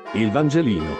Il Vangelino.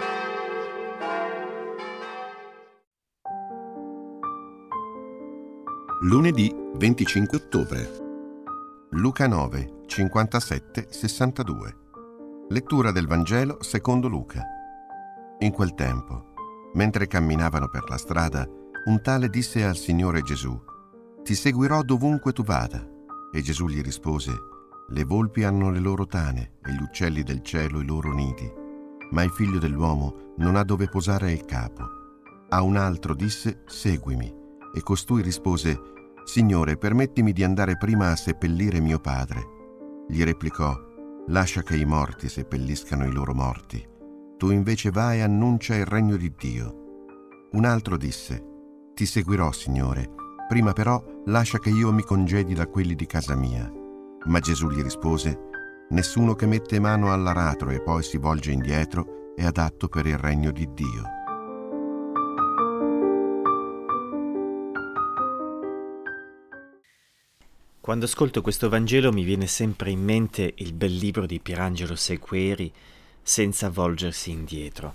Lunedì 25 ottobre. Luca 9, 57, 62. Lettura del Vangelo secondo Luca. In quel tempo, mentre camminavano per la strada, un tale disse al Signore Gesù: «Ti seguirò dovunque tu vada». E Gesù gli rispose: «Le volpi hanno le loro tane e gli uccelli del cielo i loro nidi, ma il Figlio dell'uomo non ha dove posare il capo». A un altro disse: «Seguimi». E costui rispose: «Signore, permettimi di andare prima a seppellire mio padre». Gli replicò: «Lascia che i morti seppelliscano i loro morti. Tu invece vai e annuncia il regno di Dio». Un altro disse: «Ti seguirò, Signore, prima però lascia che io mi congedi da quelli di casa mia». Ma Gesù gli rispose: «Nessuno che mette mano all'aratro e poi si volge indietro è adatto per il regno di Dio». Quando ascolto questo Vangelo mi viene sempre in mente il bel libro di Pierangelo Sequeri, Senza volgersi indietro.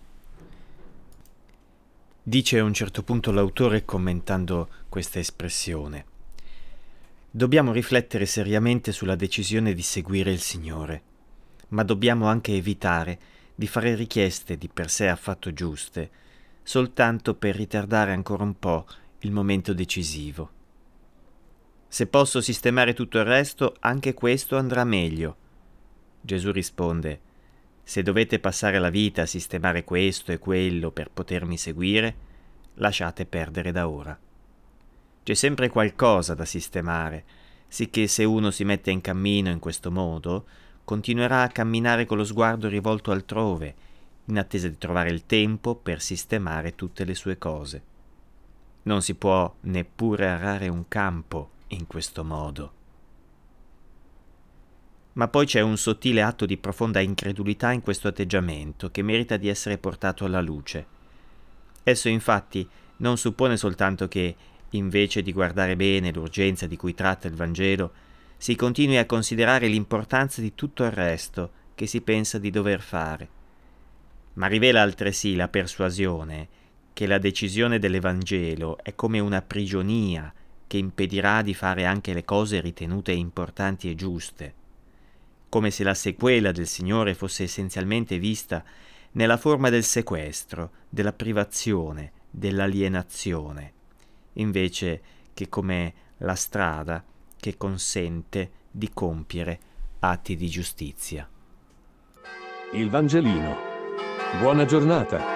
Dice a un certo punto l'autore commentando questa espressione: dobbiamo riflettere seriamente sulla decisione di seguire il Signore, ma dobbiamo anche evitare di fare richieste di per sé affatto giuste, soltanto per ritardare ancora un po' il momento decisivo. Se posso sistemare tutto il resto, anche questo andrà meglio. Gesù risponde: se dovete passare la vita a sistemare questo e quello per potermi seguire, lasciate perdere da ora. C'è sempre qualcosa da sistemare, sicché se uno si mette in cammino in questo modo, continuerà a camminare con lo sguardo rivolto altrove, in attesa di trovare il tempo per sistemare tutte le sue cose. Non si può neppure arare un campo in questo modo. Ma poi c'è un sottile atto di profonda incredulità in questo atteggiamento che merita di essere portato alla luce. Esso infatti non suppone soltanto che, invece di guardare bene l'urgenza di cui tratta il Vangelo, si continui a considerare l'importanza di tutto il resto che si pensa di dover fare, ma rivela altresì la persuasione che la decisione dell'Evangelo è come una prigionia che impedirà di fare anche le cose ritenute importanti e giuste, come se la sequela del Signore fosse essenzialmente vista nella forma del sequestro, della privazione, dell'alienazione, invece che come la strada che consente di compiere atti di giustizia. Il Vangelino. Buona giornata.